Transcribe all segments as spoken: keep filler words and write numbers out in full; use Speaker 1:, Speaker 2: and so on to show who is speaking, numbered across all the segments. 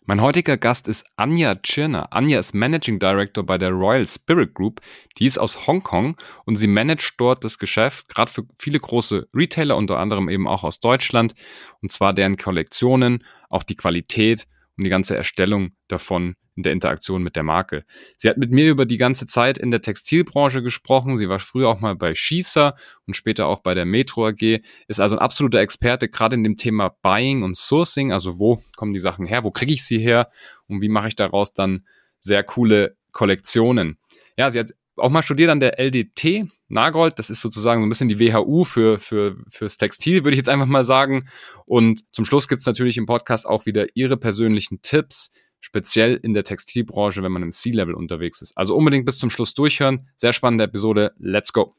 Speaker 1: Mein heutiger Gast ist Anja Tschirner. Anja ist Managing Director bei der Royal Spirit Group. Die ist aus Hongkong und sie managt dort das Geschäft, gerade für viele große Retailer, unter anderem eben auch aus Deutschland. Und zwar deren Kollektionen, auch die Qualität und die ganze Erstellung davon in der Interaktion mit der Marke. Sie hat mit mir über die ganze Zeit in der Textilbranche gesprochen. Sie war früher auch mal bei Schießer und später auch bei der Metro A G. Ist also ein absoluter Experte, gerade in dem Thema Buying und Sourcing. Also wo kommen die Sachen her? Wo kriege ich sie her? Und wie mache ich daraus dann sehr coole Kollektionen? Ja, sie hat auch mal studiert an der L D T Nagold. Das ist sozusagen so ein bisschen die W H U für, für, fürs Textil, würde ich jetzt einfach mal sagen. Und zum Schluss gibt es natürlich im Podcast auch wieder ihre persönlichen Tipps, speziell in der Textilbranche, wenn man im C-Level unterwegs ist. Also unbedingt bis zum Schluss durchhören. Sehr spannende Episode. Let's go.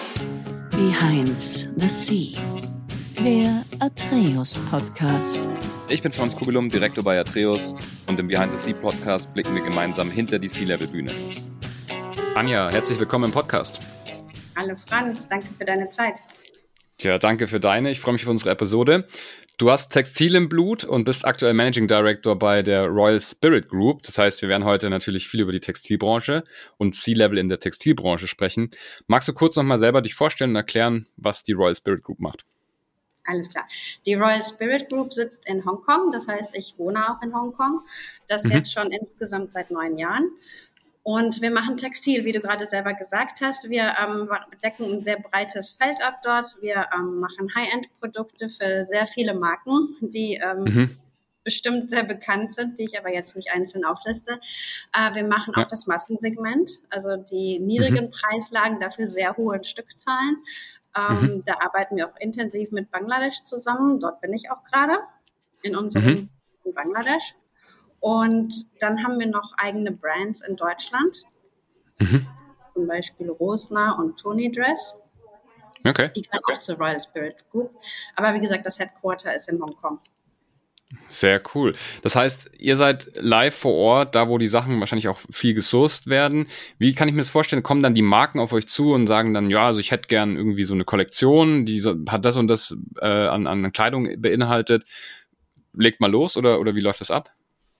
Speaker 2: Behind the Sea, der Atreus Podcast.
Speaker 1: Ich bin Franz Kugelum, Direktor bei Atreus, und im Behind the Sea Podcast blicken wir gemeinsam hinter die C-Level-Bühne. Anja, herzlich willkommen im Podcast.
Speaker 3: Hallo Franz, danke für deine Zeit.
Speaker 1: Tja, danke für deine. Ich freue mich auf unsere Episode. Du hast Textil im Blut und bist aktuell Managing Director bei der Royal Spirit Group. Das heißt, wir werden heute natürlich viel über die Textilbranche und C-Level in der Textilbranche sprechen. Magst du kurz nochmal selber dich vorstellen und erklären, was die Royal Spirit Group macht?
Speaker 3: Alles klar. Die Royal Spirit Group sitzt in Hongkong. Das heißt, ich wohne auch in Hongkong. Das mhm. jetzt schon insgesamt seit neun Jahren. Und wir machen Textil, wie du gerade selber gesagt hast. Wir ähm, decken ein sehr breites Feld ab dort. Wir ähm, machen High-End-Produkte für sehr viele Marken, die ähm, mhm. bestimmt sehr bekannt sind, die ich aber jetzt nicht einzeln aufliste. Äh, wir machen ja. auch das Massensegment, also die niedrigen mhm. Preislagen, dafür sehr hohe Stückzahlen. Ähm, mhm. Da arbeiten wir auch intensiv mit Bangladesch zusammen. Dort bin ich auch gerade, in unserem
Speaker 1: mhm.
Speaker 3: in Bangladesch. Und dann haben wir noch eigene Brands in Deutschland, mhm. zum Beispiel Rosner und Tony Dress.
Speaker 1: Okay.
Speaker 3: Die gehören auch zur Royal Spirit Group. Aber wie gesagt, das Headquarter ist in Hongkong.
Speaker 1: Sehr cool. Das heißt, ihr seid live vor Ort, da wo die Sachen wahrscheinlich auch viel gesourced werden. Wie kann ich mir das vorstellen? Kommen dann die Marken auf euch zu und sagen dann, ja, also ich hätte gern irgendwie so eine Kollektion, die so, hat das und das äh, an, an Kleidung beinhaltet. Legt mal los oder, oder wie läuft das ab?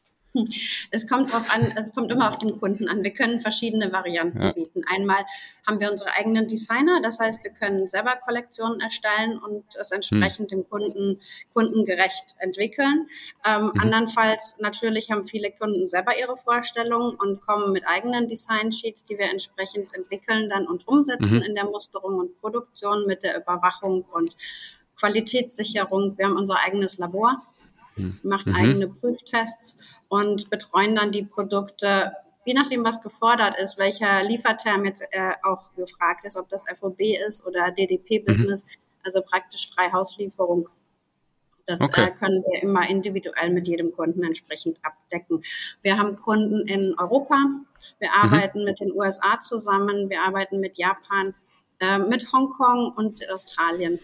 Speaker 3: Es kommt drauf an, es kommt immer auf den Kunden an. Wir können verschiedene Varianten ja. bieten. Einmal haben wir unsere eigenen Designer, das heißt, wir können selber Kollektionen erstellen und es entsprechend hm. dem Kunden kundengerecht entwickeln. Ähm, mhm. Andernfalls natürlich haben viele Kunden selber ihre Vorstellungen und kommen mit eigenen Design-Sheets, die wir entsprechend entwickeln dann und umsetzen mhm. in der Musterung und Produktion mit der Überwachung und Qualitätssicherung. Wir haben unser eigenes Labor. Wir machen mhm. eigene Prüftests und betreuen dann die Produkte, je nachdem, was gefordert ist, welcher Lieferterm jetzt äh, auch gefragt ist, ob das F O B ist oder D D P-Business, mhm. also praktisch Freihauslieferung. Das okay. äh, können wir immer individuell mit jedem Kunden entsprechend abdecken. Wir haben Kunden in Europa, wir arbeiten mhm. mit den U S A zusammen, wir arbeiten mit Japan, äh, mit Hongkong und Australien.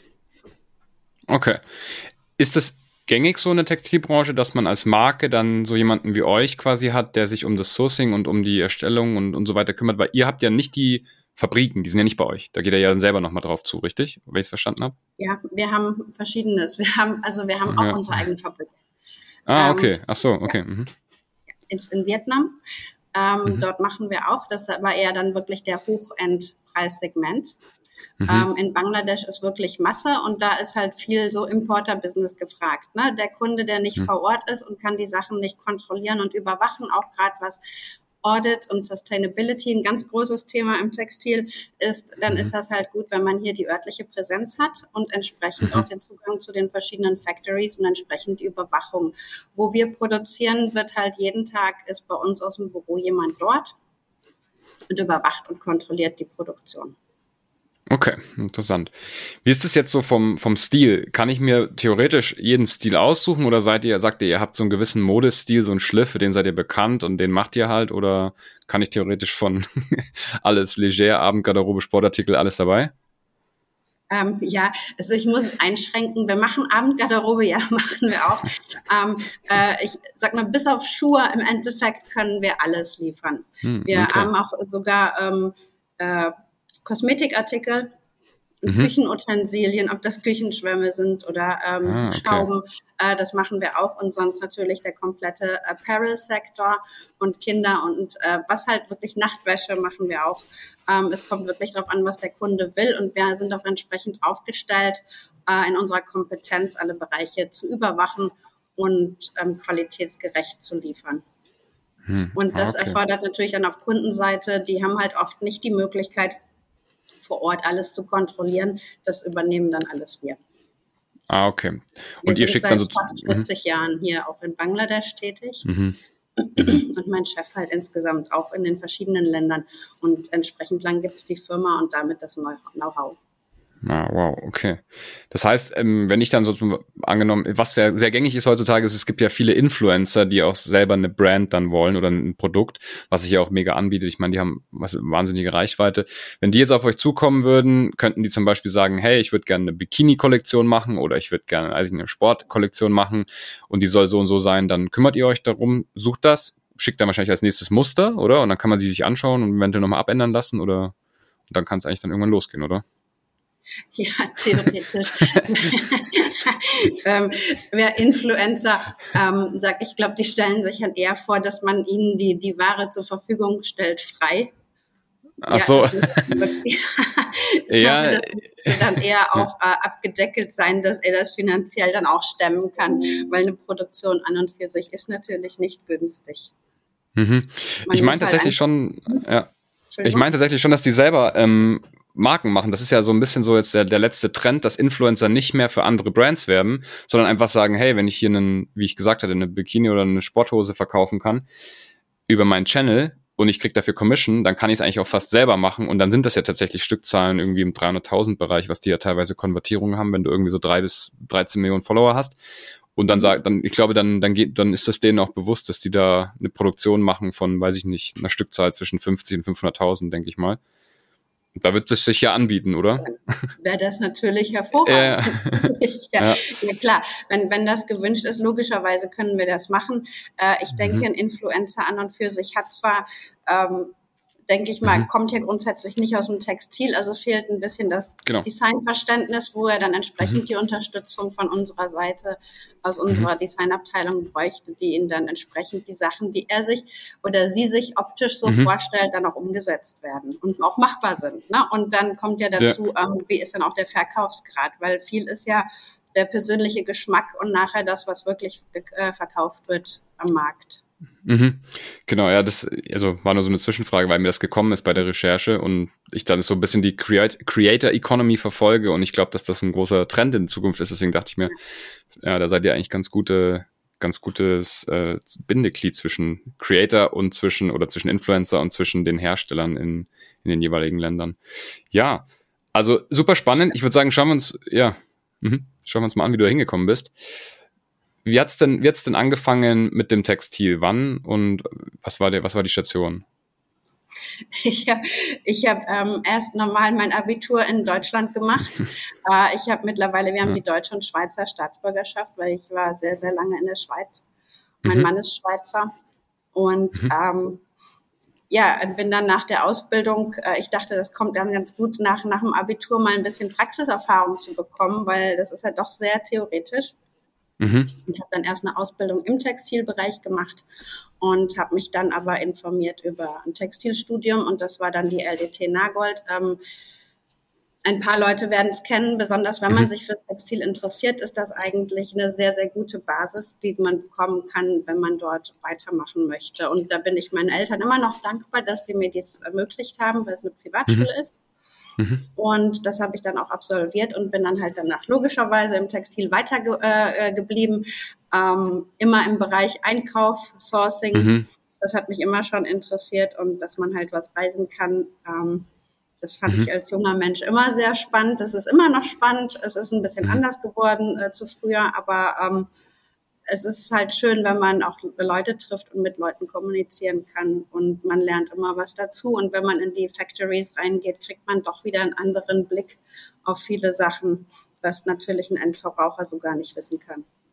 Speaker 1: Okay. Ist das gängig so in der Textilbranche, dass man als Marke dann so jemanden wie euch quasi hat, der sich um das Sourcing und um die Erstellung und, und so weiter kümmert? Weil ihr habt ja nicht die Fabriken, die sind ja nicht bei euch. Da geht er ja dann selber nochmal drauf zu, richtig? Wenn ich es verstanden habe?
Speaker 3: Ja, wir haben Verschiedenes. Wir haben, also wir haben ja. auch unsere eigene Fabrik.
Speaker 1: Ah, okay. Ähm, Ach so, okay. Mhm.
Speaker 3: Ist in Vietnam. Ähm, mhm. Dort machen wir auch. Das war eher dann wirklich der Hochend-Preissegment. Mhm. Ähm, in Bangladesch ist wirklich Masse und da ist halt viel so Importer-Business gefragt. Ne? Der Kunde, der nicht mhm. vor Ort ist und kann die Sachen nicht kontrollieren und überwachen, auch gerade was Audit und Sustainability ein ganz großes Thema im Textil ist, dann mhm. ist das halt gut, wenn man hier die örtliche Präsenz hat und entsprechend mhm. auch den Zugang zu den verschiedenen Factories und entsprechend die Überwachung. Wo wir produzieren, wird halt jeden Tag, ist bei uns aus dem Büro jemand dort und überwacht und kontrolliert die Produktion.
Speaker 1: Okay, interessant. Wie ist es jetzt so vom, vom Stil? Kann ich mir theoretisch jeden Stil aussuchen oder seid ihr, sagt ihr, ihr habt so einen gewissen Modestil, so einen Schliff, für den seid ihr bekannt und den macht ihr halt? Oder kann ich theoretisch von alles leger, Abendgarderobe, Sportartikel, alles dabei?
Speaker 3: Ähm, ja, also ich muss es einschränken. Wir machen Abendgarderobe, ja, machen wir auch. ähm, äh, ich sag mal, bis auf Schuhe im Endeffekt können wir alles liefern. Hm, wir okay. haben auch sogar ähm, äh, Kosmetikartikel, mhm. Küchenutensilien, ob das Küchenschwämme sind oder ähm, ah, okay. Schrauben, äh, das machen wir auch. Und sonst natürlich der komplette Apparel-Sektor und Kinder und äh, was halt wirklich Nachtwäsche machen wir auch. Ähm, es kommt wirklich darauf an, was der Kunde will und wir sind auch entsprechend aufgestellt, äh, in unserer Kompetenz alle Bereiche zu überwachen und ähm, qualitätsgerecht zu liefern. Hm. Und das ah, okay. erfordert natürlich dann auf Kundenseite, die haben halt oft nicht die Möglichkeit, vor Ort alles zu kontrollieren. Das übernehmen dann alles wir.
Speaker 1: Ah, okay. Und
Speaker 3: wir
Speaker 1: ihr
Speaker 3: sind
Speaker 1: schickt
Speaker 3: seit
Speaker 1: dann so
Speaker 3: fast vierzig mhm. Jahren hier auch in Bangladesch tätig.
Speaker 1: Mhm.
Speaker 3: Und mein Chef halt insgesamt auch in den verschiedenen Ländern. Und entsprechend lang gibt es die Firma und damit das Know-how.
Speaker 1: Ah, wow, okay. Das heißt, ähm, wenn ich dann so angenommen, was sehr, sehr gängig ist heutzutage, ist, es gibt ja viele Influencer, die auch selber eine Brand dann wollen oder ein Produkt, was sich ja auch mega anbietet. Ich meine, die haben was wahnsinnige Reichweite. Wenn die jetzt auf euch zukommen würden, könnten die zum Beispiel sagen, hey, ich würde gerne eine Bikini-Kollektion machen oder ich würde gerne also eine Sportkollektion machen und die soll so und so sein. Dann kümmert ihr euch darum, sucht das, schickt dann wahrscheinlich als nächstes Muster, oder? Und dann kann man sie sich anschauen und eventuell nochmal abändern lassen oder und dann kann es eigentlich dann irgendwann losgehen, oder?
Speaker 3: Ja, theoretisch. ähm, wer Influencer ähm, sagt, ich glaube, die stellen sich dann eher vor, dass man ihnen die, die Ware zur Verfügung stellt, frei.
Speaker 1: Ach ja, so.
Speaker 3: ich ja. glaube, das muss dann eher auch äh, abgedeckelt sein, dass er das finanziell dann auch stemmen kann, weil eine Produktion an und für sich ist natürlich nicht günstig.
Speaker 1: Mhm. Ich meine tatsächlich halt schon, ja, ich meine tatsächlich schon, dass die selber ähm, Marken machen. Das ist ja so ein bisschen so jetzt der, der letzte Trend, dass Influencer nicht mehr für andere Brands werben, sondern einfach sagen, hey, wenn ich hier einen, wie ich gesagt hatte, eine Bikini oder eine Sporthose verkaufen kann über meinen Channel und ich kriege dafür Commission, dann kann ich es eigentlich auch fast selber machen und dann sind das ja tatsächlich Stückzahlen irgendwie im dreihunderttausend Bereich, was die ja teilweise Konvertierungen haben, wenn du irgendwie so drei bis dreizehn Millionen Follower hast. Und dann sagt, dann, ich glaube, dann, dann geht, dann ist das denen auch bewusst, dass die da eine Produktion machen von, weiß ich nicht, einer Stückzahl zwischen fünfzig und fünfhunderttausend, denke ich mal. Da wird es sich ja anbieten, oder?
Speaker 3: Wäre das natürlich hervorragend. Ja. Ja. Ja klar, wenn, wenn das gewünscht ist, logischerweise können wir das machen. Äh, ich denke, mhm. ein Influencer an und für sich hat zwar, ähm, denke ich mal, mhm. kommt ja grundsätzlich nicht aus dem Textil, also fehlt ein bisschen das genau. Designverständnis, wo er dann entsprechend mhm. die Unterstützung von unserer Seite, aus unserer mhm. Designabteilung bräuchte, die ihn dann entsprechend die Sachen, die er sich oder sie sich optisch so mhm. vorstellt, dann auch umgesetzt werden und auch machbar sind. Ne? Und dann kommt ja dazu, ja. Ähm, wie ist dann auch der Verkaufsgrad, weil viel ist ja der persönliche Geschmack und nachher das, was wirklich äh, verkauft wird am Markt.
Speaker 1: Mhm. Genau, ja, das also war nur so eine Zwischenfrage, weil mir das gekommen ist bei der Recherche und ich dann so ein bisschen die Creat- Creator Economy verfolge und ich glaube, dass das ein großer Trend in Zukunft ist, deswegen dachte ich mir, ja, da seid ihr eigentlich ganz gute, ganz gutes äh, Bindeglied zwischen Creator und zwischen oder zwischen Influencer und zwischen den Herstellern in, in den jeweiligen Ländern. Ja, also super spannend. Ich würde sagen, schauen wir uns, ja, mhm. schauen wir uns mal an, wie du da hingekommen bist. Wie hat's denn, wie hat's denn angefangen mit dem Textil? Wann und was war der, was war die Station?
Speaker 3: Ich habe ich hab, ähm, erst normal mein Abitur in Deutschland gemacht. äh, ich habe mittlerweile, wir haben ja. die deutsche und Schweizer Staatsbürgerschaft, weil ich war sehr, sehr lange in der Schweiz. Mein mhm. Mann ist Schweizer. Und mhm. ähm, ja, bin dann nach der Ausbildung, äh, ich dachte, das kommt dann ganz gut, nach, nach dem Abitur mal ein bisschen Praxiserfahrung zu bekommen, weil das ist halt doch sehr theoretisch. Mhm. Ich habe dann erst eine Ausbildung im Textilbereich gemacht und habe mich dann aber informiert über ein Textilstudium und das war dann die L D T Nagold. Ähm, ein paar Leute werden es kennen, besonders wenn man mhm. sich für Textil interessiert, ist das eigentlich eine sehr, sehr gute Basis, die man bekommen kann, wenn man dort weitermachen möchte. Und da bin ich meinen Eltern immer noch dankbar, dass sie mir dies ermöglicht haben, weil es eine Privatschule mhm. ist. Mhm. Und das habe ich dann auch absolviert und bin dann halt danach logischerweise im Textil weiter ge- äh, geblieben. Ähm, immer im Bereich Einkauf, Sourcing. Mhm. Das hat mich immer schon interessiert und dass man halt was reisen kann. Ähm, das fand mhm. ich als junger Mensch immer sehr spannend. Das ist immer noch spannend. Es ist ein bisschen mhm. anders geworden äh, zu früher, aber ähm, es ist halt schön, wenn man auch Leute trifft und mit Leuten kommunizieren kann und man lernt immer was dazu. Und wenn man in die Factories reingeht, kriegt man doch wieder einen anderen Blick auf viele Sachen, was natürlich ein Endverbraucher so gar nicht wissen kann.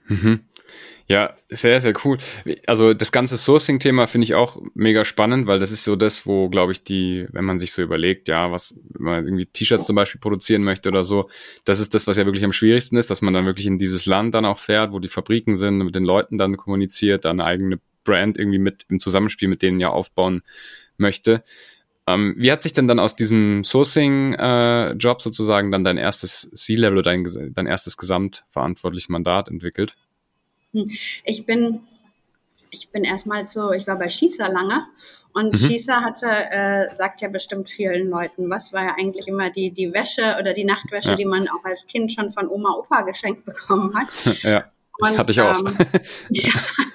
Speaker 1: Mhm. Ja, sehr, sehr cool. Also das ganze Sourcing-Thema finde ich auch mega spannend, weil das ist so das, wo, glaube ich, die, wenn man sich so überlegt, ja, was, wenn man irgendwie T-Shirts zum Beispiel produzieren möchte oder so, das ist das, was ja wirklich am schwierigsten ist, dass man dann wirklich in dieses Land dann auch fährt, wo die Fabriken sind, mit den Leuten dann kommuniziert, dann eine eigene Brand irgendwie mit im Zusammenspiel mit denen ja aufbauen möchte. Ähm, wie hat sich denn dann aus diesem Sourcing-Job äh, sozusagen dann dein erstes C-Level oder dein, dein erstes gesamtverantwortliches Mandat entwickelt?
Speaker 3: Ich bin, ich bin erstmal so, ich war bei Schießer lange und
Speaker 1: Mhm.
Speaker 3: Schießer hatte, äh, sagt ja bestimmt vielen Leuten, was war ja eigentlich immer die, die Wäsche oder die Nachtwäsche,
Speaker 1: Ja.
Speaker 3: die man auch als Kind schon von Oma, Opa geschenkt bekommen hat.
Speaker 1: Ja,
Speaker 3: Und,
Speaker 1: hatte ich auch.
Speaker 3: Ähm, ja.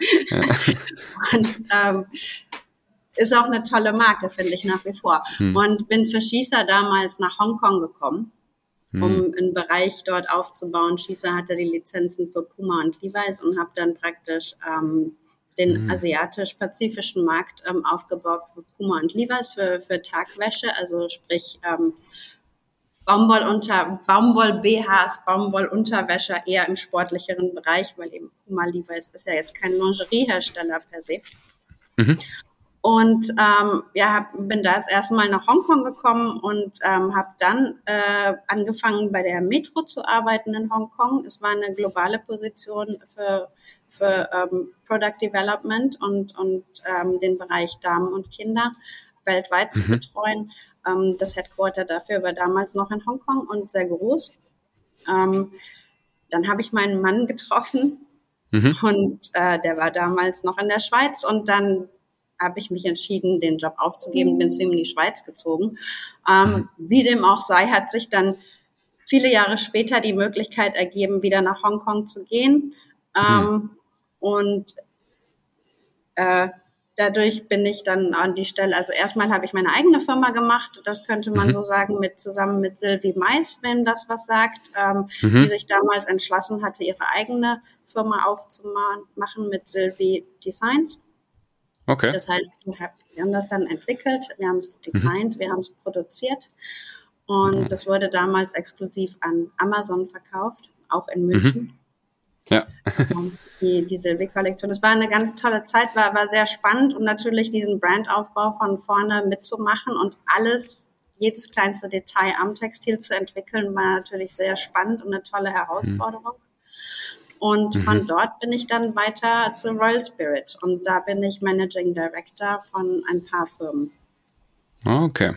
Speaker 3: Und ähm, ist auch eine tolle Marke, finde ich nach wie vor.
Speaker 1: Hm.
Speaker 3: Und bin für Schießer damals nach Hongkong gekommen, um
Speaker 1: Hm.
Speaker 3: einen Bereich dort aufzubauen. Schießer hatte die Lizenzen für Puma und Levi's und habe dann praktisch ähm, den
Speaker 1: Hm.
Speaker 3: asiatisch-pazifischen Markt ähm, aufgebaut für Puma und Levi's, für, für Tagwäsche, also sprich ähm, Baumwollunter, Baumwoll-B Hs, Baumwollunterwäsche eher im sportlicheren Bereich, weil eben Puma Levi's ist ja jetzt kein Lingeriehersteller per se.
Speaker 1: Mhm.
Speaker 3: Und ähm, ja, hab, bin da das erste Mal nach Hongkong gekommen und ähm, habe dann äh, angefangen, bei der Metro zu arbeiten in Hongkong. Es war eine globale Position für, für ähm, Product Development und, und ähm, den Bereich Damen und Kinder weltweit zu
Speaker 1: Mhm.
Speaker 3: betreuen. Ähm, das Headquarter dafür war damals noch in Hongkong und sehr groß. Ähm, dann habe ich meinen Mann getroffen,
Speaker 1: Mhm.
Speaker 3: und äh, der war damals noch in der Schweiz und dann habe ich mich entschieden, den Job aufzugeben, bin zu ihm in die Schweiz gezogen. Ähm, wie dem auch sei, hat sich dann viele Jahre später die Möglichkeit ergeben, wieder nach Hongkong zu gehen. Ähm, und äh, dadurch bin ich dann an die Stelle, also erstmal habe ich meine eigene Firma gemacht, das könnte man
Speaker 1: Mhm.
Speaker 3: so sagen, mit zusammen mit Sylvie Mais, wem das was sagt, ähm,
Speaker 1: Mhm.
Speaker 3: die sich damals entschlossen hatte, ihre eigene Firma aufzumachen mit Sylvie Designs.
Speaker 1: Okay.
Speaker 3: Das heißt, wir haben das dann entwickelt, wir haben es designt, wir haben es produziert und das wurde damals exklusiv an Amazon verkauft, auch in München.
Speaker 1: Ja.
Speaker 3: Die, die Sylvie-Kollektion. Das war eine ganz tolle Zeit, war, war sehr spannend und natürlich diesen Brandaufbau von vorne mitzumachen und alles, jedes kleinste Detail am Textil zu entwickeln, war natürlich sehr spannend und eine tolle Herausforderung. Und von
Speaker 1: Mhm.
Speaker 3: dort bin ich dann weiter zu Royal Spirit und da bin ich Managing Director von ein paar Firmen.
Speaker 1: Okay.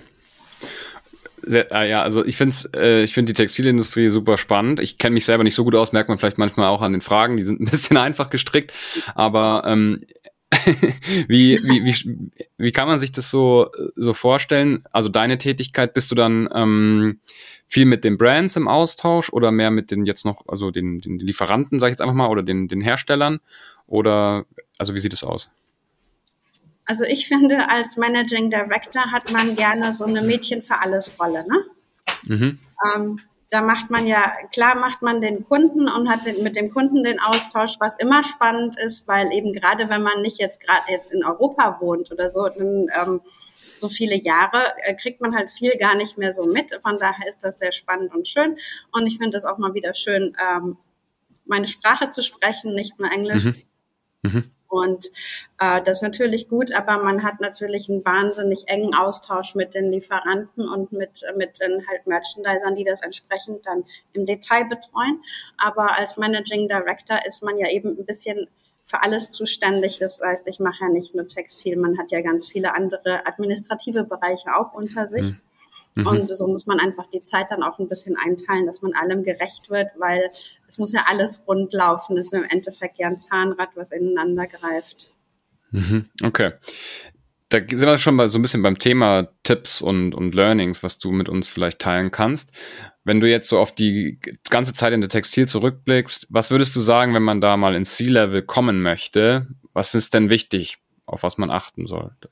Speaker 1: Sehr, äh, ja, also ich finde äh, ich finde die Textilindustrie super spannend. Ich kenne mich selber nicht so gut aus, merkt man vielleicht manchmal auch an den Fragen, die sind ein bisschen einfach gestrickt, aber ähm, wie, wie, wie, wie kann man sich das so, so vorstellen? Also deine Tätigkeit, bist du dann ähm, viel mit den Brands im Austausch oder mehr mit den jetzt noch, also den, den Lieferanten, sag ich jetzt einfach mal, oder den, den Herstellern? Oder, also wie sieht es aus?
Speaker 3: Also ich finde, als Managing Director hat man gerne so eine Mädchen für alles Rolle, ne?
Speaker 1: Mhm.
Speaker 3: Ähm, da macht man ja, klar macht man den Kunden und hat den, mit dem Kunden den Austausch, was immer spannend ist, weil eben gerade wenn man nicht jetzt gerade jetzt in Europa wohnt oder so, dann ähm, so viele Jahre äh, kriegt man halt viel gar nicht mehr so mit. Von daher ist das sehr spannend und schön. Und ich finde es auch mal wieder schön, ähm, meine Sprache zu sprechen, nicht nur Englisch.
Speaker 1: Mhm. Mhm.
Speaker 3: Und äh, das ist natürlich gut, aber man hat natürlich einen wahnsinnig engen Austausch mit den Lieferanten und mit, mit den halt Merchandisern, die das entsprechend dann im Detail betreuen. Aber als Managing Director ist man ja eben ein bisschen für alles zuständig. Das heißt, ich mache ja nicht nur Textil, man hat ja ganz viele andere administrative Bereiche auch unter sich.
Speaker 1: Mhm. Mhm.
Speaker 3: Und so muss man einfach die Zeit dann auch ein bisschen einteilen, dass man allem gerecht wird, weil es muss ja alles rund laufen. Es ist im Endeffekt ja ein Zahnrad, was ineinander greift.
Speaker 1: Mhm. Okay. Da sind wir schon mal so ein bisschen beim Thema Tipps und, und Learnings, was du mit uns vielleicht teilen kannst. Wenn du jetzt so auf die ganze Zeit in der Textil zurückblickst, was würdest du sagen, wenn man da mal ins C-Level kommen möchte? Was ist denn wichtig, auf was man achten sollte?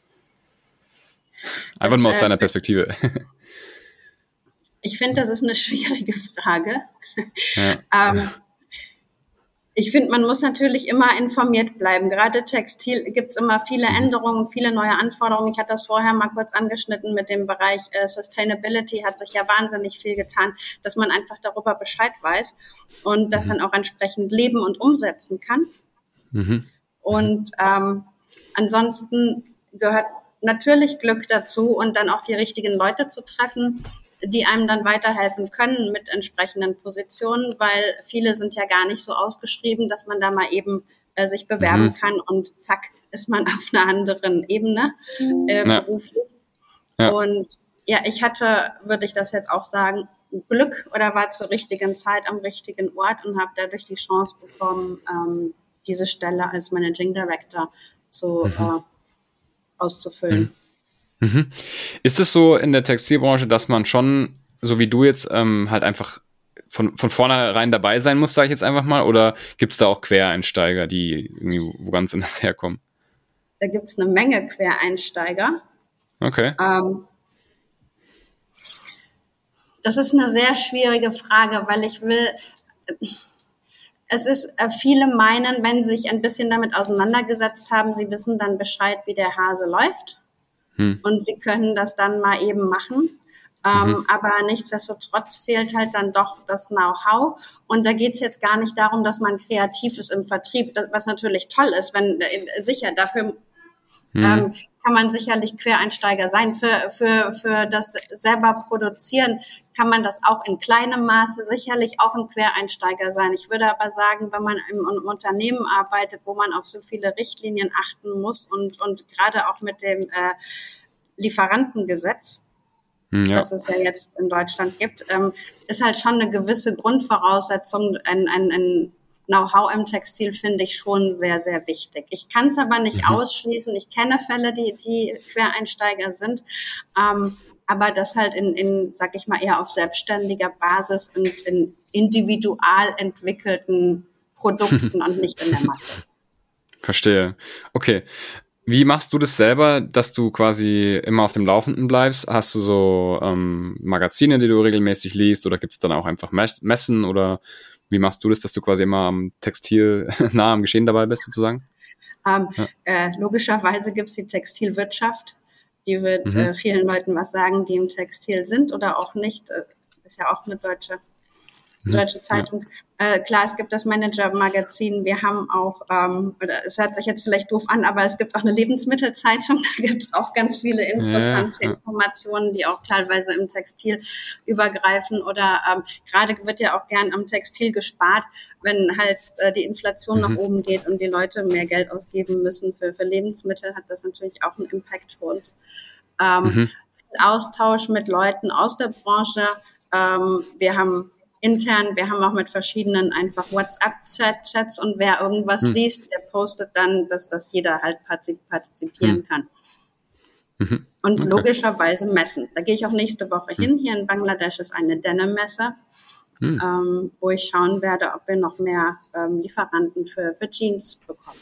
Speaker 1: Einfach
Speaker 3: Das,
Speaker 1: nur aus
Speaker 3: äh,
Speaker 1: deiner Perspektive.
Speaker 3: Ich finde, das ist eine schwierige Frage.
Speaker 1: Ja.
Speaker 3: ähm, Ich finde, man muss natürlich immer informiert bleiben. Gerade Textil gibt es immer viele Änderungen, viele neue Anforderungen. Ich hatte das vorher mal kurz angeschnitten mit dem Bereich äh, Sustainability, hat sich ja wahnsinnig viel getan, dass man einfach darüber Bescheid weiß und das mhm. dann auch entsprechend leben und umsetzen kann. Mhm. Und ähm, ansonsten gehört natürlich Glück dazu und dann auch die richtigen Leute zu treffen, die einem dann weiterhelfen können mit entsprechenden Positionen, weil viele sind ja gar nicht so ausgeschrieben, dass man da mal eben äh, sich bewerben mhm. kann und zack, ist man auf einer anderen Ebene äh, ja. beruflich. Ja. Und ja, ich hatte, würde ich das jetzt auch sagen, Glück oder war zur richtigen Zeit am richtigen Ort und habe dadurch die Chance bekommen, ähm, diese Stelle als Managing Director zu mhm. äh, auszufüllen. Mhm.
Speaker 1: Mhm. Ist es so in der Textilbranche, dass man schon, so wie du jetzt, ähm, halt einfach von, von vornherein dabei sein muss, sage ich jetzt einfach mal, oder gibt es da auch Quereinsteiger, die irgendwie wo ganz anders herkommen?
Speaker 3: Da gibt es eine Menge Quereinsteiger.
Speaker 1: Okay.
Speaker 3: Ähm, das ist eine sehr schwierige Frage, weil ich will... Es ist, äh, viele meinen, wenn sie sich ein bisschen damit auseinandergesetzt haben, sie wissen dann Bescheid, wie der Hase läuft. Hm. Und sie können das dann mal eben machen. Ähm, mhm. Aber nichtsdestotrotz fehlt halt dann doch das Know-how. Und da geht's jetzt gar nicht darum, dass man kreativ ist im Vertrieb, das, was natürlich toll ist, wenn äh, sicher dafür mhm. ähm, kann man sicherlich Quereinsteiger sein. Für, für, für das selber Produzieren kann man das auch in kleinem Maße sicherlich auch ein Quereinsteiger sein. Ich würde aber sagen, wenn man im, im Unternehmen arbeitet, wo man auf so viele Richtlinien achten muss und, und gerade auch mit dem äh, Lieferantengesetz, ja. das es ja jetzt in Deutschland gibt, ähm, ist halt schon eine gewisse Grundvoraussetzung, ein, ein, ein Know-how im Textil finde ich schon sehr, sehr wichtig. Ich kann es aber nicht mhm. ausschließen. Ich kenne Fälle, die, die Quereinsteiger sind, ähm, aber das halt in, in, sag ich mal, eher auf selbstständiger Basis und in individual entwickelten Produkten und nicht in der Masse.
Speaker 1: Verstehe. Okay. Wie machst du das selber, dass du quasi immer auf dem Laufenden bleibst? Hast du so ähm, Magazine, die du regelmäßig liest, oder gibt es dann auch einfach Messen, oder wie machst du das, dass du quasi immer am Textil nah am Geschehen dabei bist, sozusagen?
Speaker 3: Ähm, ja. äh, logischerweise gibt es die Textilwirtschaft. Die wird mhm. äh, vielen Leuten was sagen, die im Textil sind oder auch nicht. Äh, ist ja auch eine deutsche, mhm. deutsche Zeitung. Ja. Äh, klar, es gibt das Manager-Magazin. Wir haben auch, ähm, oder es hört sich jetzt vielleicht doof an, aber es gibt auch eine Lebensmittelzeitung. Da gibt es auch ganz viele interessante ja, ja. Informationen, die auch teilweise im Textil übergreifen. Oder ähm, gerade wird ja auch gern am Textil gespart, wenn halt äh, die Inflation mhm. nach oben geht und die Leute mehr Geld ausgeben müssen für, für Lebensmittel, hat das natürlich auch einen Impact für uns. Ähm, mhm. Austausch mit Leuten aus der Branche. Ähm, wir haben intern, wir haben auch mit verschiedenen einfach WhatsApp-Chats und wer irgendwas mhm. liest, der postet dann, dass das jeder halt partizipieren mhm. kann. Mhm. Und okay. logischerweise Messen. Da gehe ich auch nächste Woche mhm. hin. Hier in Bangladesch ist eine Denim-Messe, mhm. ähm, wo ich schauen werde, ob wir noch mehr ähm, Lieferanten für, für Jeans bekommen.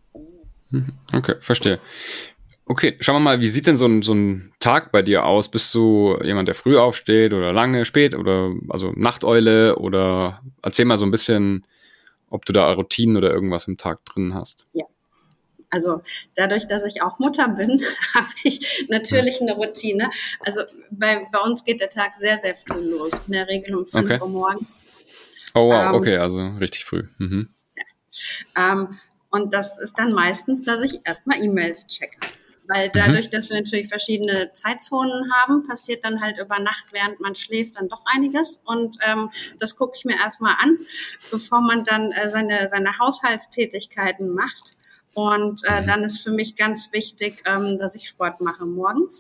Speaker 1: Okay, verstehe. Okay, schauen wir mal, wie sieht denn so ein, so ein Tag bei dir aus? Bist du jemand, der früh aufsteht oder lange, spät oder also Nachteule, oder erzähl mal so ein bisschen, ob du da Routinen oder irgendwas im Tag drin hast.
Speaker 3: Ja, also dadurch, dass ich auch Mutter bin, habe ich natürlich eine Routine. Also bei, bei uns geht der Tag sehr, sehr früh los, in der Regel um fünf okay. Uhr morgens.
Speaker 1: Oh wow, ähm, okay, also richtig früh. Mhm.
Speaker 3: Ja. Ähm, und das ist dann meistens, dass ich erstmal E-Mails checke. Weil dadurch, mhm. dass wir natürlich verschiedene Zeitzonen haben, passiert dann halt über Nacht, während man schläft, dann doch einiges. Und ähm, das gucke ich mir erstmal an, bevor man dann äh, seine, seine Haushaltstätigkeiten macht. Und äh, mhm. dann ist für mich ganz wichtig, ähm, dass ich Sport mache morgens.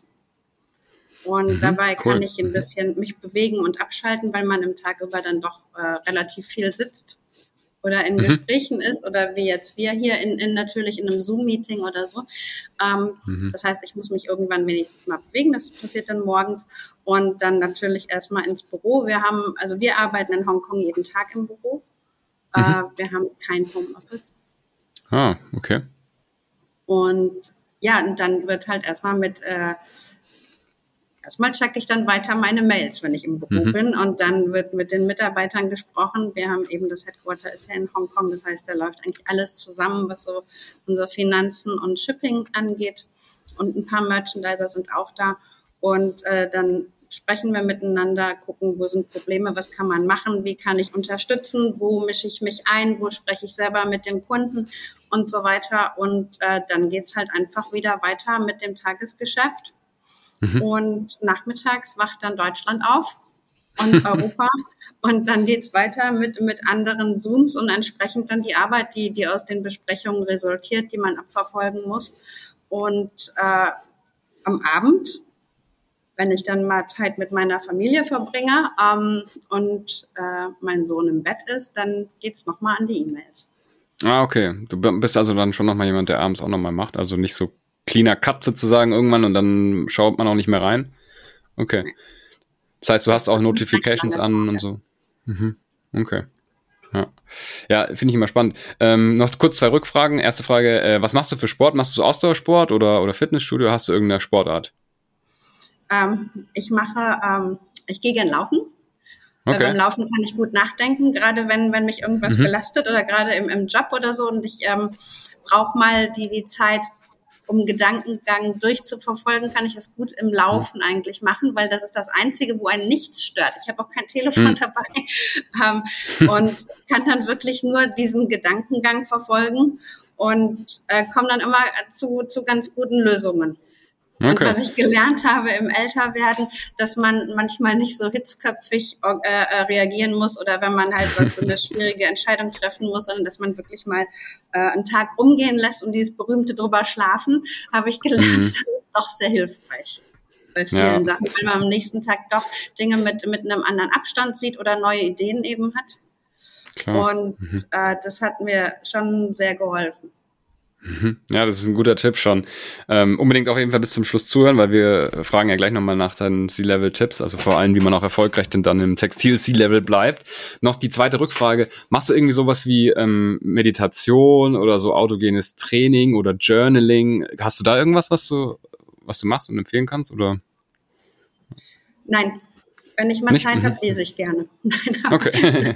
Speaker 3: Und mhm, dabei cool. kann ich ein bisschen mich bewegen und abschalten, weil man im Tag über dann doch äh, relativ viel sitzt oder in mhm. Gesprächen ist, oder wie jetzt wir hier in, in natürlich in einem Zoom-Meeting oder so. Ähm, mhm. Das heißt, ich muss mich irgendwann wenigstens mal bewegen. Das passiert dann morgens und dann natürlich erstmal ins Büro. Wir haben, also wir arbeiten in Hongkong jeden Tag im Büro. Mhm. Äh, wir haben kein Homeoffice.
Speaker 1: Ah, okay.
Speaker 3: Und ja, und dann wird halt erstmal mit äh, erstmal checke ich dann weiter meine Mails, wenn ich im Büro mhm. bin, und dann wird mit den Mitarbeitern gesprochen. Wir haben eben, das Headquarter ist ja in Hongkong, das heißt, da läuft eigentlich alles zusammen, was so unsere Finanzen und Shipping angeht, und ein paar Merchandiser sind auch da, und äh, dann sprechen wir miteinander, gucken, wo sind Probleme, was kann man machen, wie kann ich unterstützen, wo mische ich mich ein, wo spreche ich selber mit dem Kunden und so weiter. Und äh, dann geht's halt einfach wieder weiter mit dem Tagesgeschäft. Mhm. Und nachmittags wacht dann Deutschland auf und Europa. Und dann geht's weiter mit mit anderen Zooms und entsprechend dann die Arbeit, die die aus den Besprechungen resultiert, die man abverfolgen muss. Und äh, am Abend, wenn ich dann mal Zeit mit meiner Familie verbringe ähm, und äh, mein Sohn im Bett ist, dann geht's nochmal an die E-Mails.
Speaker 1: Ah, okay. Du bist also dann schon nochmal jemand, der abends auch nochmal macht, also nicht so cleaner Cut sozusagen irgendwann und dann schaut man auch nicht mehr rein. Okay. Das heißt, du das hast auch Notifications an und so. Mhm. Okay. Ja, ja, finde ich immer spannend. Ähm, noch kurz zwei Rückfragen. Erste Frage, äh, was machst du für Sport? Machst du so Ausdauersport oder, oder Fitnessstudio? Hast du irgendeine Sportart?
Speaker 3: Ähm, ich mache, ähm, ich gehe gern laufen. Okay. Beim Laufen kann ich gut nachdenken, gerade wenn wenn mich irgendwas mhm. belastet oder gerade im, im Job oder so, und ich ähm, brauche mal die die Zeit, um Gedankengang durchzuverfolgen, kann ich es gut im Laufen mhm. eigentlich machen, weil das ist das Einzige, wo einen nichts stört. Ich habe auch kein Telefon mhm. dabei ähm, und kann dann wirklich nur diesen Gedankengang verfolgen und äh, komme dann immer zu zu ganz guten Lösungen. Okay. Und was ich gelernt habe im Älterwerden, dass man manchmal nicht so hitzköpfig äh, reagieren muss oder wenn man halt was so eine schwierige Entscheidung treffen muss, sondern dass man wirklich mal äh, einen Tag rumgehen lässt und dieses berühmte drüber schlafen, habe ich gelernt, mhm. das ist doch sehr hilfreich bei vielen ja. Sachen, weil man am nächsten Tag doch Dinge mit mit einem anderen Abstand sieht oder neue Ideen eben hat. Klar. Und mhm. äh, das hat mir schon sehr geholfen.
Speaker 1: Ja, das ist ein guter Tipp schon. Ähm, unbedingt auf jeden Fall bis zum Schluss zuhören, weil wir fragen ja gleich nochmal nach deinen C-Level-Tipps, also vor allem, wie man auch erfolgreich denn dann im Textil-C-Level bleibt. Noch die zweite Rückfrage, machst du irgendwie sowas wie ähm, Meditation oder so autogenes Training oder Journaling? Hast du da irgendwas, was du, was du machst und empfehlen kannst, oder?
Speaker 3: Nein. Wenn ich mal Nicht? Zeit mhm. habe, lese ich gerne.
Speaker 1: Okay.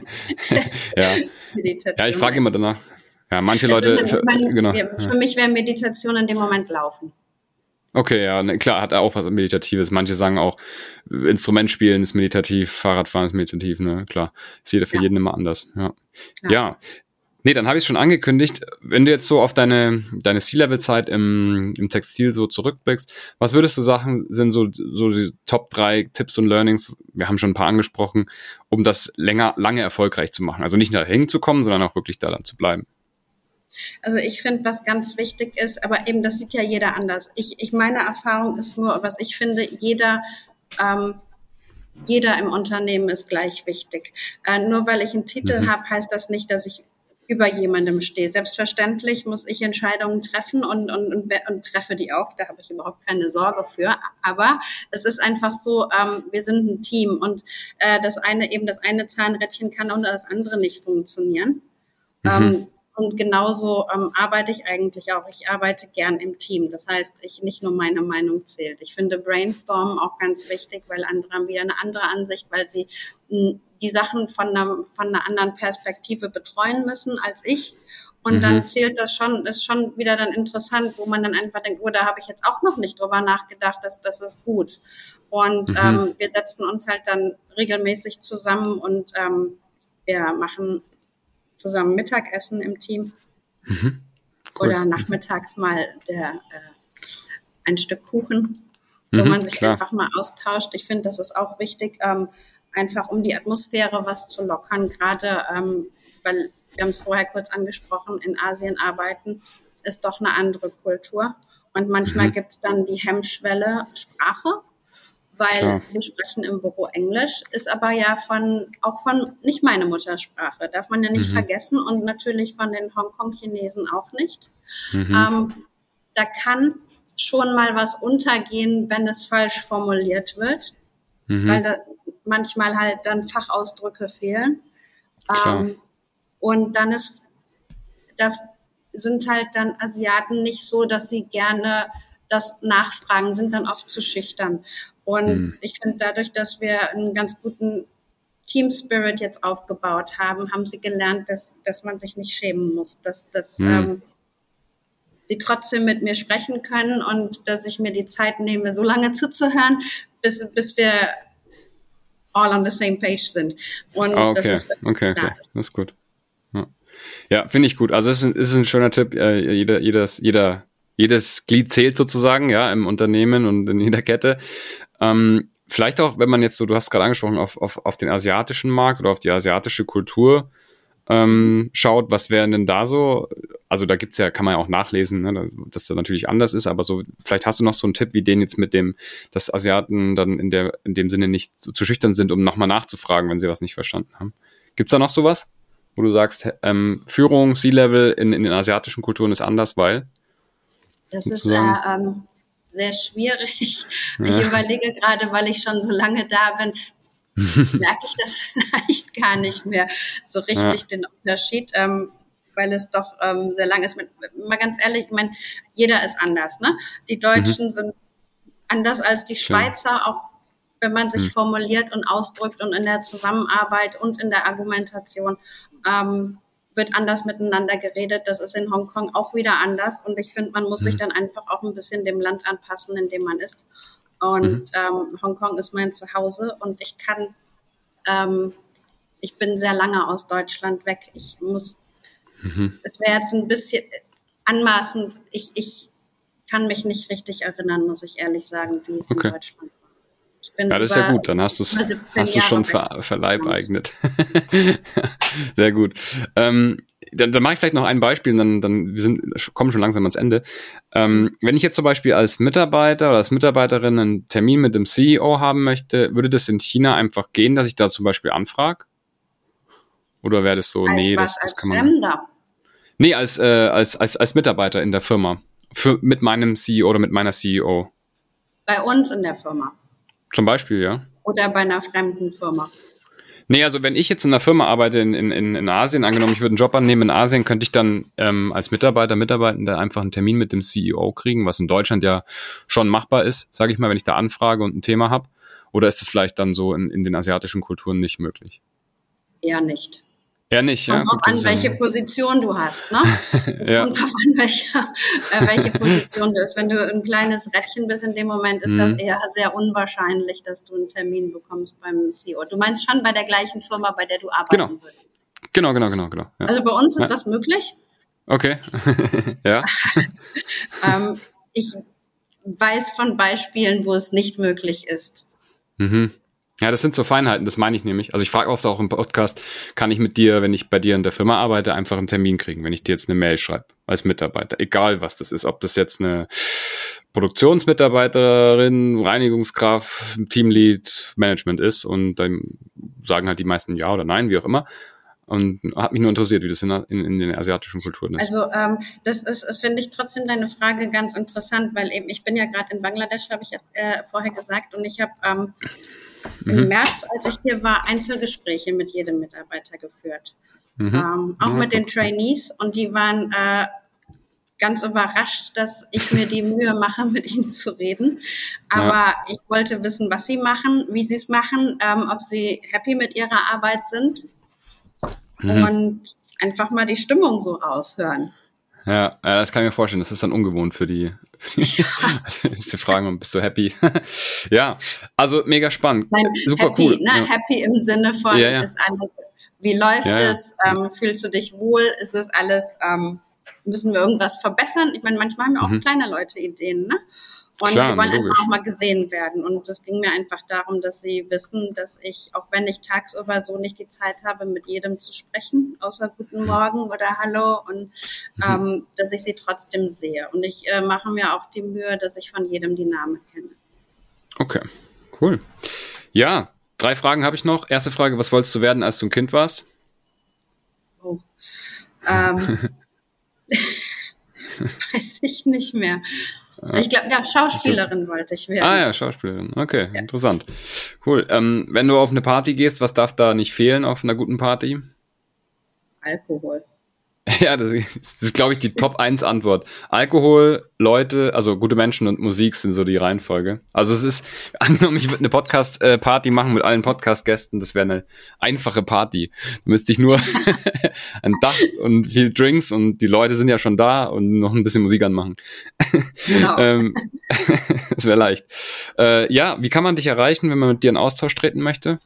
Speaker 1: ja. ja, ich frage immer danach. Ja, manche Leute,
Speaker 3: also,
Speaker 1: für,
Speaker 3: mein,
Speaker 1: genau.
Speaker 3: Ja, für mich wäre Meditation in dem Moment Laufen.
Speaker 1: Okay, ja, ne, klar, hat er auch was Meditatives. Manche sagen auch, Instrument spielen ist meditativ, Fahrradfahren ist meditativ, ne, klar. Ist jeder für ja. jeden immer anders, ja. Klar. Ja, nee, dann habe ich es schon angekündigt. Wenn du jetzt so auf deine, deine C-Level-Zeit im, im Textil so zurückblickst, was würdest du sagen, sind so, so die Top drei Tipps und Learnings, wir haben schon ein paar angesprochen, um das länger, lange erfolgreich zu machen? Also nicht da hinzukommen, sondern auch wirklich da dann zu bleiben.
Speaker 3: Also ich finde, was ganz wichtig ist, aber eben das sieht ja jeder anders. Ich, ich meine Erfahrung ist nur, was ich finde, jeder, ähm, jeder im Unternehmen ist gleich wichtig. Äh, nur weil ich einen Titel mhm. habe, heißt das nicht, dass ich über jemandem stehe. Selbstverständlich muss ich Entscheidungen treffen und, und, und, und treffe die auch. Da habe ich überhaupt keine Sorge für. Aber es ist einfach so, ähm, wir sind ein Team und äh, das eine eben das eine Zahnrädchen kann ohne das andere nicht funktionieren. Mhm. Ähm, Und genauso ähm, arbeite ich eigentlich auch. Ich arbeite gern im Team. Das heißt, ich nicht nur meine Meinung zählt. Ich finde Brainstormen auch ganz wichtig, weil andere haben wieder eine andere Ansicht, weil sie mh, die Sachen von einer, von einer anderen Perspektive betreuen müssen als ich. Und mhm. dann zählt das schon, ist schon wieder dann interessant, wo man dann einfach denkt, oh, da habe ich jetzt auch noch nicht drüber nachgedacht, das, das ist gut. Und mhm. ähm, wir setzen uns halt dann regelmäßig zusammen und ähm, wir machen zusammen Mittagessen im Team mhm. cool. oder nachmittags mal der, äh, ein Stück Kuchen, wo mhm, man sich klar. einfach mal austauscht. Ich finde, das ist auch wichtig, ähm, einfach um die Atmosphäre was zu lockern, gerade ähm, weil, wir haben es vorher kurz angesprochen, in Asien arbeiten, ist doch eine andere Kultur und manchmal mhm. gibt es dann die Hemmschwelle Sprache, weil Klar. wir sprechen im Büro Englisch, ist aber ja von auch von nicht meine Muttersprache, darf man ja nicht mhm. vergessen und natürlich von den Hongkong-Chinesen auch nicht. Mhm. Ähm, da kann schon mal was untergehen, wenn es falsch formuliert wird, mhm. weil da manchmal halt dann Fachausdrücke fehlen. Ähm, und dann ist, da sind halt dann Asiaten nicht so, dass sie gerne das nachfragen, sind dann oft zu schüchtern. Und
Speaker 1: hm.
Speaker 3: ich finde, dadurch, dass wir einen ganz guten Team Spirit jetzt aufgebaut haben, haben sie gelernt, dass, dass man sich nicht schämen muss, dass, dass hm. ähm, sie trotzdem mit mir sprechen können und dass ich mir die Zeit nehme, so lange zuzuhören, bis, bis wir all on the same page sind. Und
Speaker 1: oh, okay.
Speaker 3: das ist
Speaker 1: okay, okay, das ist gut. Ja, ja finde ich gut. Also es ist, ist ein schöner Tipp. Äh, jeder, jedes, jeder, jedes Glied zählt sozusagen, ja, im Unternehmen und in jeder Kette. Ähm, vielleicht auch, wenn man jetzt so, du hast gerade angesprochen, auf, auf, auf den asiatischen Markt oder auf die asiatische Kultur ähm, schaut, was wären denn da so, also da gibt's ja, kann man ja auch nachlesen, ne, dass das natürlich anders ist, aber so, vielleicht hast du noch so einen Tipp, wie den jetzt mit dem, dass Asiaten dann in der, in dem Sinne nicht zu, zu schüchtern sind, um nochmal nachzufragen, wenn sie was nicht verstanden haben. Gibt's da noch sowas, wo du sagst, ähm, Führung, C-Level in, in den asiatischen Kulturen ist anders, weil?
Speaker 3: Das ist äh, ähm, sehr schwierig. Ja. Ich überlege gerade, weil ich schon so lange da bin, merke ich das vielleicht gar nicht mehr so richtig, ja. den Unterschied, ähm, weil es doch ähm, sehr lang ist. Mit, mal ganz ehrlich, ich meine, jeder ist anders, ne? Die Deutschen mhm. sind anders als die Schweizer, ja. auch wenn man sich mhm. formuliert und ausdrückt und in der Zusammenarbeit und in der Argumentation ähm, wird anders miteinander geredet. Das ist in Hongkong auch wieder anders und ich finde, man muss mhm. sich dann einfach auch ein bisschen dem Land anpassen, in dem man ist. Und mhm. ähm, Hongkong ist mein Zuhause und ich kann, ähm, ich bin sehr lange aus Deutschland weg. Ich muss, mhm. es wäre jetzt ein bisschen anmaßend. Ich, ich kann mich nicht richtig erinnern, muss ich ehrlich sagen, wie es okay. in Deutschland war. Ich bin
Speaker 1: ja, das
Speaker 3: über,
Speaker 1: ist ja gut, dann hast du es hast du schon ver, verleibeignet. Sehr gut. Ähm, Dann, dann mache ich vielleicht noch ein Beispiel, dann, dann wir sind, kommen schon langsam ans Ende. Ähm, wenn ich jetzt zum Beispiel als Mitarbeiter oder als Mitarbeiterin einen Termin mit dem C E O haben möchte, würde das in China einfach gehen, dass ich da zum Beispiel anfrage? Oder wäre das so,
Speaker 3: als
Speaker 1: nee,
Speaker 3: was,
Speaker 1: das, das
Speaker 3: als
Speaker 1: kann man...
Speaker 3: Fremder?
Speaker 1: Nee, als, äh, als, als, als Mitarbeiter in der Firma. Für, mit meinem C E O oder mit meiner C E O.
Speaker 3: Bei uns in der Firma?
Speaker 1: Zum Beispiel, ja.
Speaker 3: Oder bei einer fremden Firma?
Speaker 1: Nee, also wenn ich jetzt in einer Firma arbeite in, in, in Asien, angenommen, ich würde einen Job annehmen in Asien, könnte ich dann ähm, als Mitarbeiter, Mitarbeitender einfach einen Termin mit dem C E O kriegen, was in Deutschland ja schon machbar ist, sage ich mal, wenn ich da anfrage und ein Thema habe. Oder ist es vielleicht dann so in, in den asiatischen Kulturen nicht möglich?
Speaker 3: Eher nicht.
Speaker 1: Eher nicht, ja.
Speaker 3: Kommt drauf an, welche ja... Position du hast, ne? Es ja. kommt drauf an, welche, äh, welche Position du bist. Wenn du ein kleines Rädchen bist in dem Moment, ist mhm. das eher sehr unwahrscheinlich, dass du einen Termin bekommst beim C E O. Du meinst schon bei der gleichen Firma, bei der du arbeiten
Speaker 1: genau.
Speaker 3: würdest? Genau,
Speaker 1: genau, genau, genau. Ja.
Speaker 3: Also bei uns ist
Speaker 1: ja.
Speaker 3: das möglich.
Speaker 1: Okay, ja.
Speaker 3: ähm, ich weiß von Beispielen, wo es nicht möglich ist.
Speaker 1: Mhm. Ja, das sind so Feinheiten, das meine ich nämlich. Also ich frage oft auch im Podcast, kann ich mit dir, wenn ich bei dir in der Firma arbeite, einfach einen Termin kriegen, wenn ich dir jetzt eine Mail schreibe als Mitarbeiter, egal was das ist, ob das jetzt eine Produktionsmitarbeiterin, Reinigungskraft, Teamlead, Management ist und dann sagen halt die meisten ja oder nein, wie auch immer. Und hat mich nur interessiert, wie das in, in, in den asiatischen Kulturen ist.
Speaker 3: Also ähm, das ist, finde ich, trotzdem deine Frage ganz interessant, weil eben ich bin ja gerade in Bangladesch, habe ich äh, vorher gesagt, und ich habe ähm, mhm. im März, als ich hier war, Einzelgespräche mit jedem Mitarbeiter geführt. Mhm. Ähm, auch ja, mit den Trainees, und die waren äh, ganz überrascht, dass ich mir die Mühe mache, mit ihnen zu reden. Aber ja. ich wollte wissen, was sie machen, wie sie es machen, ähm, ob sie happy mit ihrer Arbeit sind. Mhm. Und einfach mal die Stimmung so raushören.
Speaker 1: Ja, ja, das kann ich mir vorstellen. Das ist dann ungewohnt für die, für die, ja. Sie fragen, bist du happy? Ja, also mega spannend.
Speaker 3: Nein,
Speaker 1: super
Speaker 3: happy,
Speaker 1: cool.
Speaker 3: Ne,
Speaker 1: ja.
Speaker 3: Happy im Sinne von,
Speaker 1: ja, ja.
Speaker 3: ist alles, wie läuft
Speaker 1: ja,
Speaker 3: es?
Speaker 1: ja.
Speaker 3: Ähm, fühlst du dich wohl? Ist es alles, ähm, müssen wir irgendwas verbessern? Ich meine, manchmal haben ja auch mhm. kleine Leute Ideen, ne? Und
Speaker 1: Klar,
Speaker 3: sie wollen
Speaker 1: logisch.
Speaker 3: einfach auch mal gesehen werden. Und es ging mir einfach darum, dass sie wissen, dass ich, auch wenn ich tagsüber so nicht die Zeit habe, mit jedem zu sprechen, außer Guten Morgen oder Hallo, und mhm. ähm, dass ich sie trotzdem sehe. Und ich äh, mache mir auch die Mühe, dass ich von jedem die Namen kenne.
Speaker 1: Okay, cool. Ja, drei Fragen habe ich noch. Erste Frage, was wolltest du werden, als du ein Kind warst?
Speaker 3: Oh. Ähm, weiß ich nicht mehr. Ich glaube, ja, Schauspielerin wollte ich werden.
Speaker 1: Ah ja, Schauspielerin. Okay, ja. Interessant. Cool. Ähm, wenn du auf eine Party gehst, was darf da nicht fehlen auf einer guten Party?
Speaker 3: Alkohol.
Speaker 1: Ja, das ist, glaube ich, die Top eins Antwort. Alkohol, Leute, also gute Menschen und Musik sind so die Reihenfolge. Also es ist, angenommen, ich würde eine Podcast-Party machen mit allen Podcast-Gästen, das wäre eine einfache Party. Da müsste ich nur ein Dach und viel Drinks und die Leute sind ja schon da und noch ein bisschen Musik anmachen. Genau. ähm, das wäre leicht. Äh, ja, wie kann man dich erreichen, wenn man mit dir in Austausch treten möchte?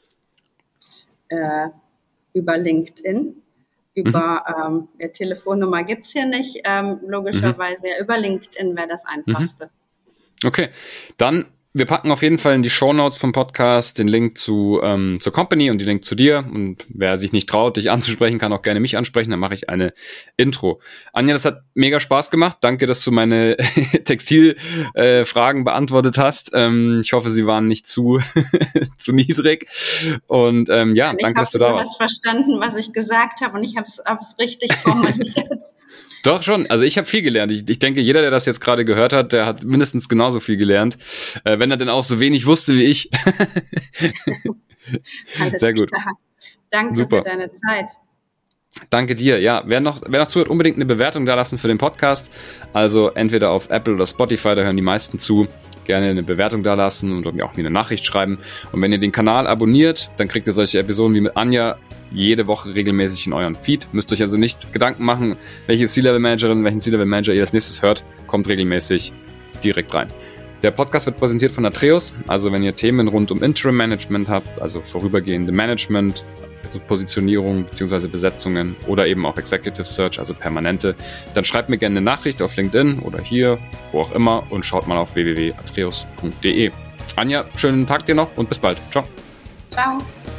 Speaker 3: Äh, über LinkedIn. Über mhm. ähm, Telefonnummer gibt's hier nicht, ähm, logischerweise mhm. über LinkedIn wäre das Einfachste.
Speaker 1: Okay, dann wir packen auf jeden Fall in die Shownotes vom Podcast den Link zu ähm, zur Company und den Link zu dir. Und wer sich nicht traut, dich anzusprechen, kann auch gerne mich ansprechen. Dann mache ich eine Intro. Anja, das hat mega Spaß gemacht. Danke, dass du meine Textilfragen äh, beantwortet hast. Ähm, ich hoffe, sie waren nicht zu zu niedrig. Und ähm, ja,
Speaker 3: ich
Speaker 1: danke, dass du da warst.
Speaker 3: Ich habe verstanden, was ich gesagt habe und ich habe es richtig formuliert.
Speaker 1: Doch schon, also ich habe viel gelernt. Ich, ich denke, jeder, der das jetzt gerade gehört hat, der hat mindestens genauso viel gelernt, äh, wenn er denn auch so wenig wusste wie ich.
Speaker 3: Alles Sehr gut. Klar. Danke Super. Für deine Zeit.
Speaker 1: Danke dir. Ja, wer noch, wer noch zuhört, unbedingt eine Bewertung da lassen für den Podcast. Also entweder auf Apple oder Spotify, da hören die meisten zu. Gerne eine Bewertung da lassen und mir auch eine Nachricht schreiben. Und wenn ihr den Kanal abonniert, dann kriegt ihr solche Episoden wie mit Anja jede Woche regelmäßig in euren Feed. Müsst euch also nicht Gedanken machen, welche C-Level-Managerin, welchen C-Level-Manager ihr als nächstes hört, kommt regelmäßig direkt rein. Der Podcast wird präsentiert von Atreus, also wenn ihr Themen rund um Interim-Management habt, also vorübergehende Management, also Positionierung bzw. Besetzungen oder eben auch Executive Search, also permanente, dann schreibt mir gerne eine Nachricht auf LinkedIn oder hier, wo auch immer und schaut mal auf w w w punkt atreus punkt d e. Anja, schönen Tag dir noch und bis bald. Ciao.
Speaker 3: Ciao.